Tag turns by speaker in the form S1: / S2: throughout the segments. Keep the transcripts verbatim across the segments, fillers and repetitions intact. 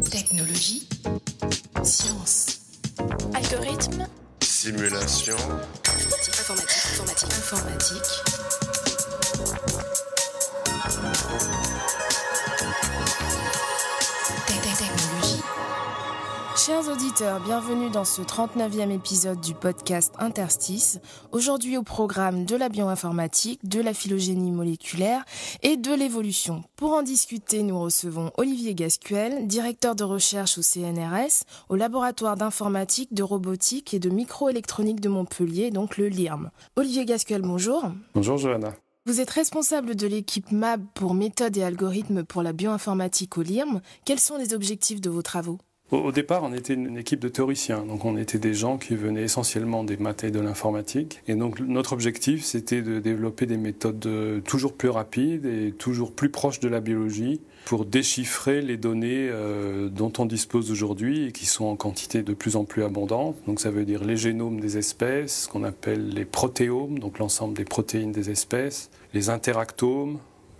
S1: Technologie, science, algorithme,
S2: simulation,
S1: informatique, informatique, informatique, technologie.
S3: Chers auditeurs, bienvenue dans ce trente-neuvième épisode du podcast Interstice. Aujourd'hui au programme de la bioinformatique, de la phylogénie moléculaire et de l'évolution. Pour en discuter, nous recevons Olivier Gascuel, directeur de recherche au C N R S, au laboratoire d'informatique, de robotique et de microélectronique de Montpellier, donc le L I R M. Olivier Gascuel, bonjour.
S4: Bonjour Johanna.
S3: Vous êtes responsable de l'équipe M A B pour méthodes et algorithmes pour la bioinformatique au L I R M. Quels sont les objectifs de vos travaux ?
S4: Au départ, on était une équipe de théoriciens, donc on était des gens qui venaient essentiellement des maths et de l'informatique. Et donc notre objectif, c'était de développer des méthodes toujours plus rapides et toujours plus proches de la biologie pour déchiffrer les données euh, dont on dispose aujourd'hui et qui sont en quantité de plus en plus abondante. Donc ça veut dire les génomes des espèces, ce qu'on appelle les protéomes, donc l'ensemble des protéines des espèces, les interactomes,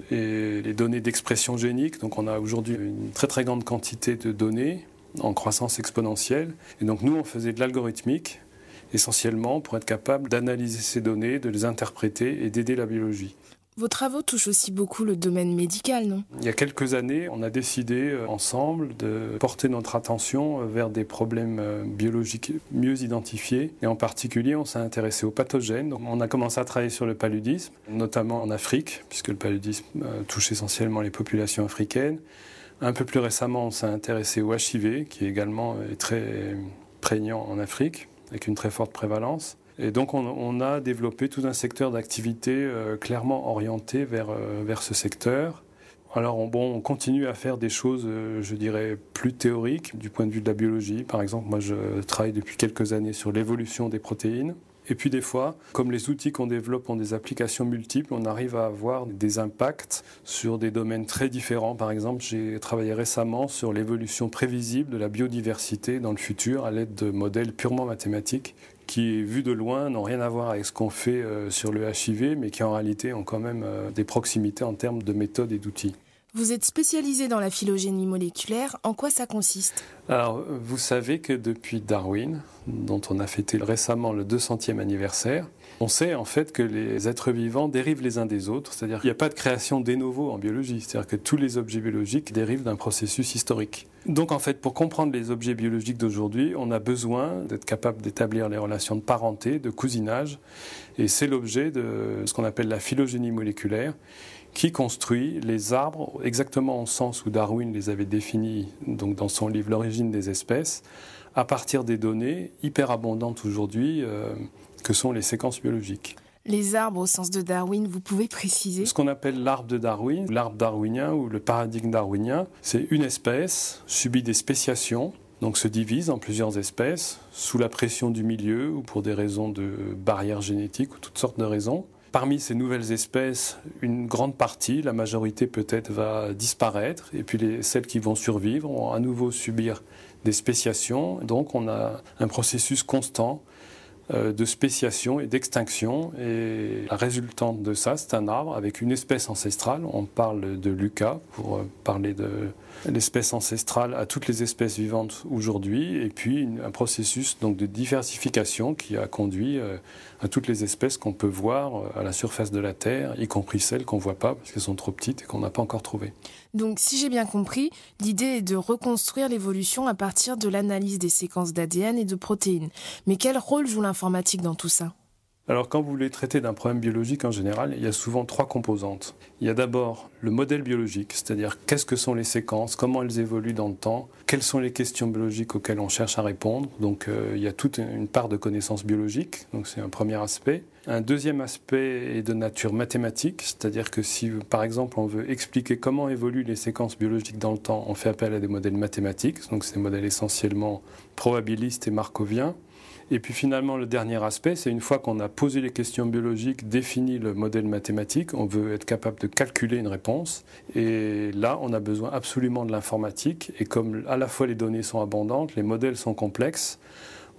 S4: et les données d'expression génique. Donc on a aujourd'hui une très très grande quantité de données en croissance exponentielle. Et donc nous, on faisait de l'algorithmique, essentiellement pour être capable d'analyser ces données, de les interpréter et d'aider la biologie.
S3: Vos travaux touchent aussi beaucoup le domaine médical, non ?
S4: Il y a quelques années, on a décidé ensemble de porter notre attention vers des problèmes biologiques mieux identifiés. Et en particulier, on s'est intéressé aux pathogènes. Donc, on a commencé à travailler sur le paludisme, notamment en Afrique, puisque le paludisme touche essentiellement les populations africaines. Un peu plus récemment, on s'est intéressé au H I V, qui est également très prégnant en Afrique, avec une très forte prévalence. Et donc, on, on a développé tout un secteur d'activité euh, clairement orienté vers, euh, vers ce secteur. Alors, on, bon, on continue à faire des choses, euh, je dirais, plus théoriques du point de vue de la biologie. Par exemple, moi, je travaille depuis quelques années sur l'évolution des protéines. Et puis des fois, comme les outils qu'on développe ont des applications multiples, on arrive à avoir des impacts sur des domaines très différents. Par exemple, j'ai travaillé récemment sur l'évolution prévisible de la biodiversité dans le futur à l'aide de modèles purement mathématiques qui, vus de loin, n'ont rien à voir avec ce qu'on fait sur le H I V, mais qui en réalité ont quand même des proximités en termes de méthodes et d'outils.
S3: Vous êtes spécialisé dans la phylogénie moléculaire. En quoi ça consiste ?
S4: Alors, vous savez que depuis Darwin, dont on a fêté récemment le deux centième anniversaire, on sait en fait que les êtres vivants dérivent les uns des autres, c'est-à-dire qu'il n'y a pas de création de novo en biologie, c'est-à-dire que tous les objets biologiques dérivent d'un processus historique. Donc en fait, pour comprendre les objets biologiques d'aujourd'hui, on a besoin d'être capable d'établir les relations de parenté, de cousinage, et c'est l'objet de ce qu'on appelle la phylogénie moléculaire, qui construit les arbres exactement au sens où Darwin les avait définis donc dans son livre L'origine des espèces, à partir des données hyper abondantes aujourd'hui euh, que sont les séquences biologiques.
S3: Les arbres au sens de Darwin, vous pouvez préciser ?
S4: Ce qu'on appelle l'arbre de Darwin, l'arbre darwinien ou le paradigme darwinien, c'est une espèce subit des spéciations, donc se divise en plusieurs espèces, sous la pression du milieu ou pour des raisons de barrières génétiques ou toutes sortes de raisons. Parmi ces nouvelles espèces, une grande partie, la majorité peut-être, va disparaître. Et puis les, celles qui vont survivre vont à nouveau subir des spéciations. Donc on a un processus constant euh, de spéciation et d'extinction. Et la résultante de ça, c'est un arbre avec une espèce ancestrale. On parle de Luca pour euh, parler de l'espèce ancestrale à toutes les espèces vivantes aujourd'hui. Et puis une, un processus donc, de diversification qui a conduit euh, à toutes les espèces qu'on peut voir à la surface de la Terre, y compris celles qu'on ne voit pas parce qu'elles sont trop petites et qu'on n'a pas encore trouvées.
S3: Donc, si j'ai bien compris, l'idée est de reconstruire l'évolution à partir de l'analyse des séquences d'A D N et de protéines. Mais quel rôle joue l'informatique dans tout ça ?
S4: Alors, quand vous voulez traiter d'un problème biologique en général, il y a souvent trois composantes. Il y a d'abord le modèle biologique, c'est-à-dire qu'est-ce que sont les séquences, comment elles évoluent dans le temps, quelles sont les questions biologiques auxquelles on cherche à répondre. Donc, euh, il y a toute une part de connaissances biologiques, donc c'est un premier aspect. Un deuxième aspect est de nature mathématique, c'est-à-dire que si, par exemple, on veut expliquer comment évoluent les séquences biologiques dans le temps, on fait appel à des modèles mathématiques, donc c'est des modèles essentiellement probabilistes et markoviens. Et puis finalement, le dernier aspect, c'est une fois qu'on a posé les questions biologiques, défini le modèle mathématique, on veut être capable de calculer une réponse. Et là, on a besoin absolument de l'informatique. Et comme à la fois les données sont abondantes, les modèles sont complexes,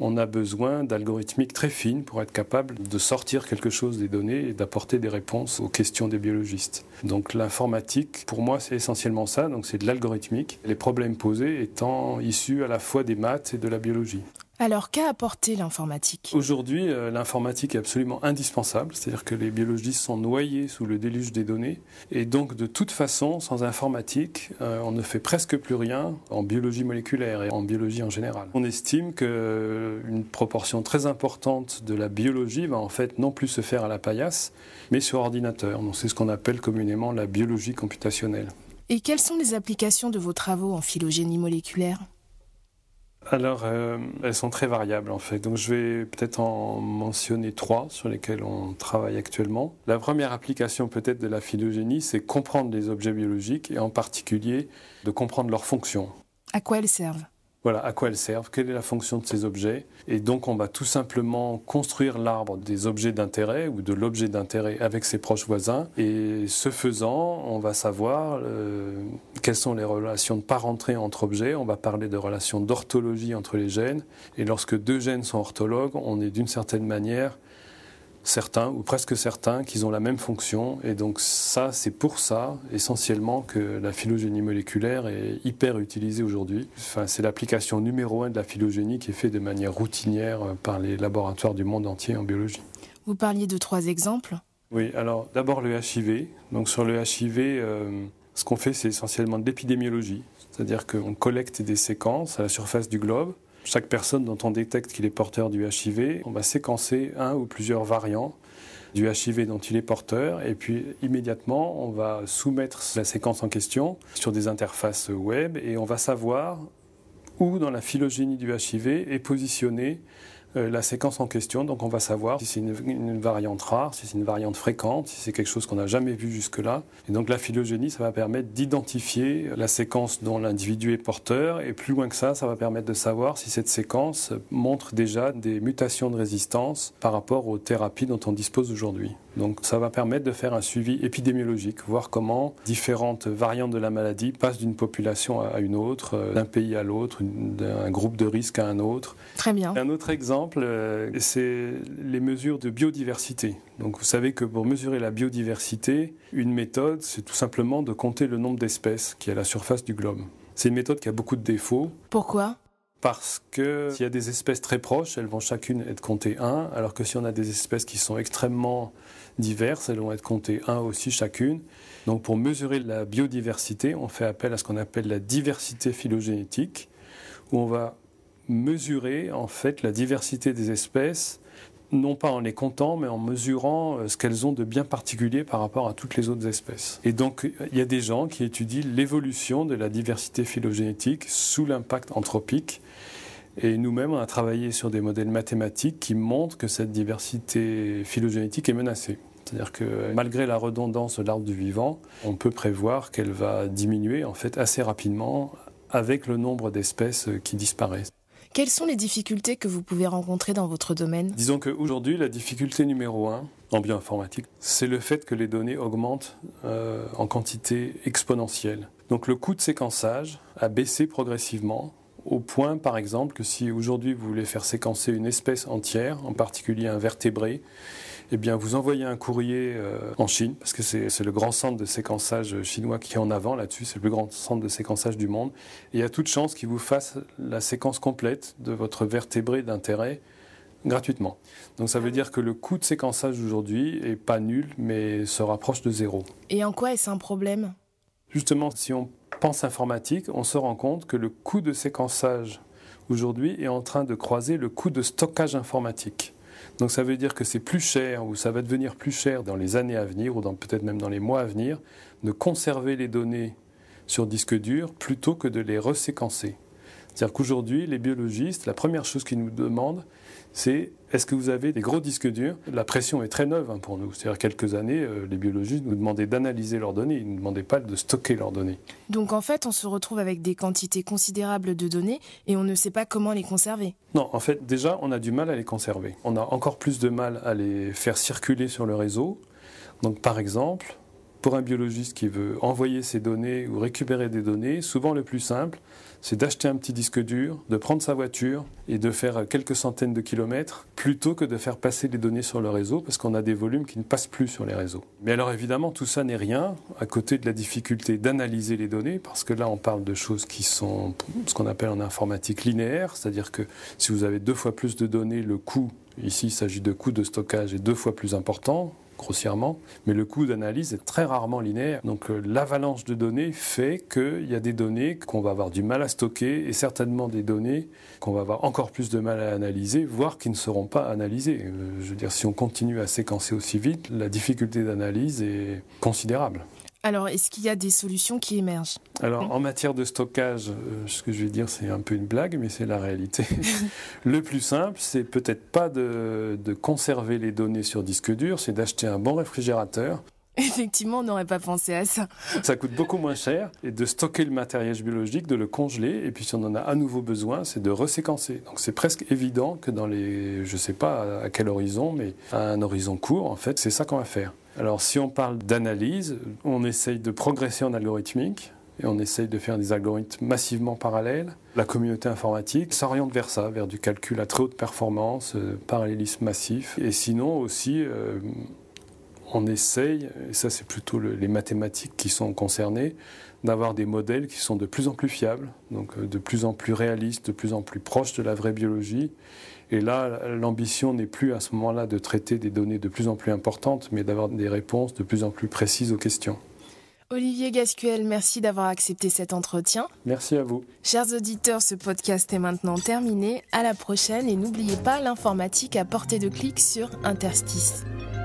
S4: on a besoin d'algorithmiques très fines pour être capable de sortir quelque chose des données et d'apporter des réponses aux questions des biologistes. Donc l'informatique, pour moi, c'est essentiellement ça, donc c'est de l'algorithmique, les problèmes posés étant issus à la fois des maths et de la biologie.
S3: Alors, qu'a apporté l'informatique ?
S4: Aujourd'hui, euh, l'informatique est absolument indispensable, c'est-à-dire que les biologistes sont noyés sous le déluge des données, et donc de toute façon, sans informatique, euh, on ne fait presque plus rien en biologie moléculaire et en biologie en général. On estime qu'une proportion très importante de la biologie va en fait non plus se faire à la paillasse, mais sur ordinateur. Donc c'est ce qu'on appelle communément la biologie computationnelle.
S3: Et quelles sont les applications de vos travaux en phylogénie moléculaire ?
S4: Alors, euh, elles sont très variables en fait. Donc, je vais peut-être en mentionner trois sur lesquelles on travaille actuellement. La première application peut-être de la phylogénie, c'est comprendre les objets biologiques et en particulier de comprendre leurs fonctions.
S3: À quoi elles servent ?
S4: Voilà, à quoi elles servent, quelle est la fonction de ces objets. Et donc, on va tout simplement construire l'arbre des objets d'intérêt ou de l'objet d'intérêt avec ses proches voisins. Et ce faisant, on va savoir euh, quelles sont les relations de parenté entre objets. On va parler de relations d'orthologie entre les gènes. Et lorsque deux gènes sont orthologues, on est d'une certaine manière certains, ou presque certains, qu'ils ont la même fonction. Et donc ça, c'est pour ça, essentiellement, que la phylogénie moléculaire est hyper utilisée aujourd'hui. Enfin, c'est l'application numéro un de la phylogénie qui est faite de manière routinière par les laboratoires du monde entier en biologie.
S3: Vous parliez de trois exemples ?
S4: Oui, alors d'abord le H I V. Donc sur le H I V, euh, ce qu'on fait, c'est essentiellement de l'épidémiologie. C'est-à-dire qu'on collecte des séquences à la surface du globe. Chaque personne dont on détecte qu'il est porteur du H I V, on va séquencer un ou plusieurs variants du H I V dont il est porteur, et puis immédiatement on va soumettre la séquence en question sur des interfaces web et on va savoir où dans la phylogénie du H I V est positionnée euh, la séquence en question. Donc on va savoir si c'est une, une variante rare, si c'est une variante fréquente, si c'est quelque chose qu'on n'a jamais vu jusque-là. Et donc la phylogénie, ça va permettre d'identifier la séquence dont l'individu est porteur, et plus loin que ça, ça va permettre de savoir si cette séquence montre déjà des mutations de résistance par rapport aux thérapies dont on dispose aujourd'hui. Donc ça va permettre de faire un suivi épidémiologique, voir comment différentes variantes de la maladie passent d'une population à une autre, d'un pays à l'autre, d'un groupe de risque à un autre.
S3: Très bien.
S4: Un autre exemple, c'est les mesures de biodiversité. Donc vous savez que pour mesurer la biodiversité, une méthode, c'est tout simplement de compter le nombre d'espèces qui est à la surface du globe. C'est une méthode qui a beaucoup de défauts.
S3: Pourquoi ?
S4: Parce que s'il y a des espèces très proches, elles vont chacune être comptées un, alors que si on a des espèces qui sont extrêmement diverses, elles vont être comptées un aussi chacune. Donc pour mesurer la biodiversité, on fait appel à ce qu'on appelle la diversité phylogénétique, où on va mesurer en fait la diversité des espèces, non pas en les comptant, mais en mesurant ce qu'elles ont de bien particulier par rapport à toutes les autres espèces. Et donc, il y a des gens qui étudient l'évolution de la diversité phylogénétique sous l'impact anthropique. Et nous-mêmes, on a travaillé sur des modèles mathématiques qui montrent que cette diversité phylogénétique est menacée. C'est-à-dire que malgré la redondance de l'arbre du vivant, on peut prévoir qu'elle va diminuer en fait assez rapidement avec le nombre d'espèces qui disparaissent.
S3: Quelles sont les difficultés que vous pouvez rencontrer dans votre domaine ?
S4: Disons qu'aujourd'hui, la difficulté numéro un en bioinformatique, c'est le fait que les données augmentent euh, en quantité exponentielle. Donc le coût de séquençage a baissé progressivement, au point, par exemple, que si aujourd'hui vous voulez faire séquencer une espèce entière, en particulier un vertébré, eh bien, vous envoyez un courrier euh, en Chine, parce que c'est, c'est le grand centre de séquençage chinois qui est en avant là-dessus, c'est le plus grand centre de séquençage du monde. Et il y a toute chance qu'il vous fasse la séquence complète de votre vertébré d'intérêt gratuitement. Donc ça veut dire que le coût de séquençage aujourd'hui n'est pas nul, mais se rapproche de zéro.
S3: Et en quoi est-ce un problème ?
S4: Justement, si on pense informatique, on se rend compte que le coût de séquençage aujourd'hui est en train de croiser le coût de stockage informatique. Donc ça veut dire que c'est plus cher, ou ça va devenir plus cher dans les années à venir, ou dans, peut-être même dans les mois à venir, de conserver les données sur disque dur plutôt que de les reséquencer. C'est-à-dire qu'aujourd'hui, les biologistes, la première chose qu'ils nous demandent, c'est est-ce que vous avez des gros disques durs ? La pression est très neuve hein, pour nous. C'est-à-dire quelques années, euh, les biologistes nous demandaient d'analyser leurs données, ils ne nous demandaient pas de stocker leurs données.
S3: Donc en fait, on se retrouve avec des quantités considérables de données et on ne sait pas comment les conserver.
S4: Non, en fait, déjà, on a du mal à les conserver. On a encore plus de mal à les faire circuler sur le réseau. Donc par exemple, Pour un biologiste qui veut envoyer ses données ou récupérer des données, souvent le plus simple, c'est d'acheter un petit disque dur, de prendre sa voiture et de faire quelques centaines de kilomètres plutôt que de faire passer les données sur le réseau parce qu'on a des volumes qui ne passent plus sur les réseaux. Mais alors évidemment, tout ça n'est rien à côté de la difficulté d'analyser les données parce que là, on parle de choses qui sont ce qu'on appelle en informatique linéaire, c'est-à-dire que si vous avez deux fois plus de données, le coût, ici il s'agit de coût de stockage, est deux fois plus important, grossièrement, mais le coût d'analyse est très rarement linéaire. Donc euh, l'avalanche de données fait qu'il y a des données qu'on va avoir du mal à stocker et certainement des données qu'on va avoir encore plus de mal à analyser, voire qui ne seront pas analysées. Euh, je veux dire, si on continue à séquencer aussi vite, la difficulté d'analyse est considérable.
S3: Alors, est-ce qu'il y a des solutions qui émergent ?
S4: Alors, en matière de stockage, euh, ce que je vais dire, c'est un peu une blague, mais c'est la réalité. Le plus simple, c'est peut-être pas de, de conserver les données sur disque dur, c'est d'acheter un bon réfrigérateur.
S3: Effectivement, on n'aurait pas pensé à ça.
S4: Ça coûte beaucoup moins cher, et de stocker le matériel biologique, de le congeler, et puis si on en a à nouveau besoin, c'est de reséquencer. Donc c'est presque évident que dans les, je sais pas à quel horizon, mais à un horizon court, en fait, c'est ça qu'on va faire. Alors si on parle d'analyse, on essaye de progresser en algorithmique et on essaye de faire des algorithmes massivement parallèles. La communauté informatique s'oriente vers ça, vers du calcul à très haute performance, euh, parallélisme massif. Et sinon aussi, euh, on essaye, et ça c'est plutôt le, les mathématiques qui sont concernées, d'avoir des modèles qui sont de plus en plus fiables, donc euh, de plus en plus réalistes, de plus en plus proches de la vraie biologie. Et là, l'ambition n'est plus à ce moment-là de traiter des données de plus en plus importantes, mais d'avoir des réponses de plus en plus précises aux questions.
S3: Olivier Gascuel, merci d'avoir accepté cet entretien.
S4: Merci à vous.
S3: Chers auditeurs, ce podcast est maintenant terminé. À la prochaine et n'oubliez pas l'informatique à portée de clic sur Interstice.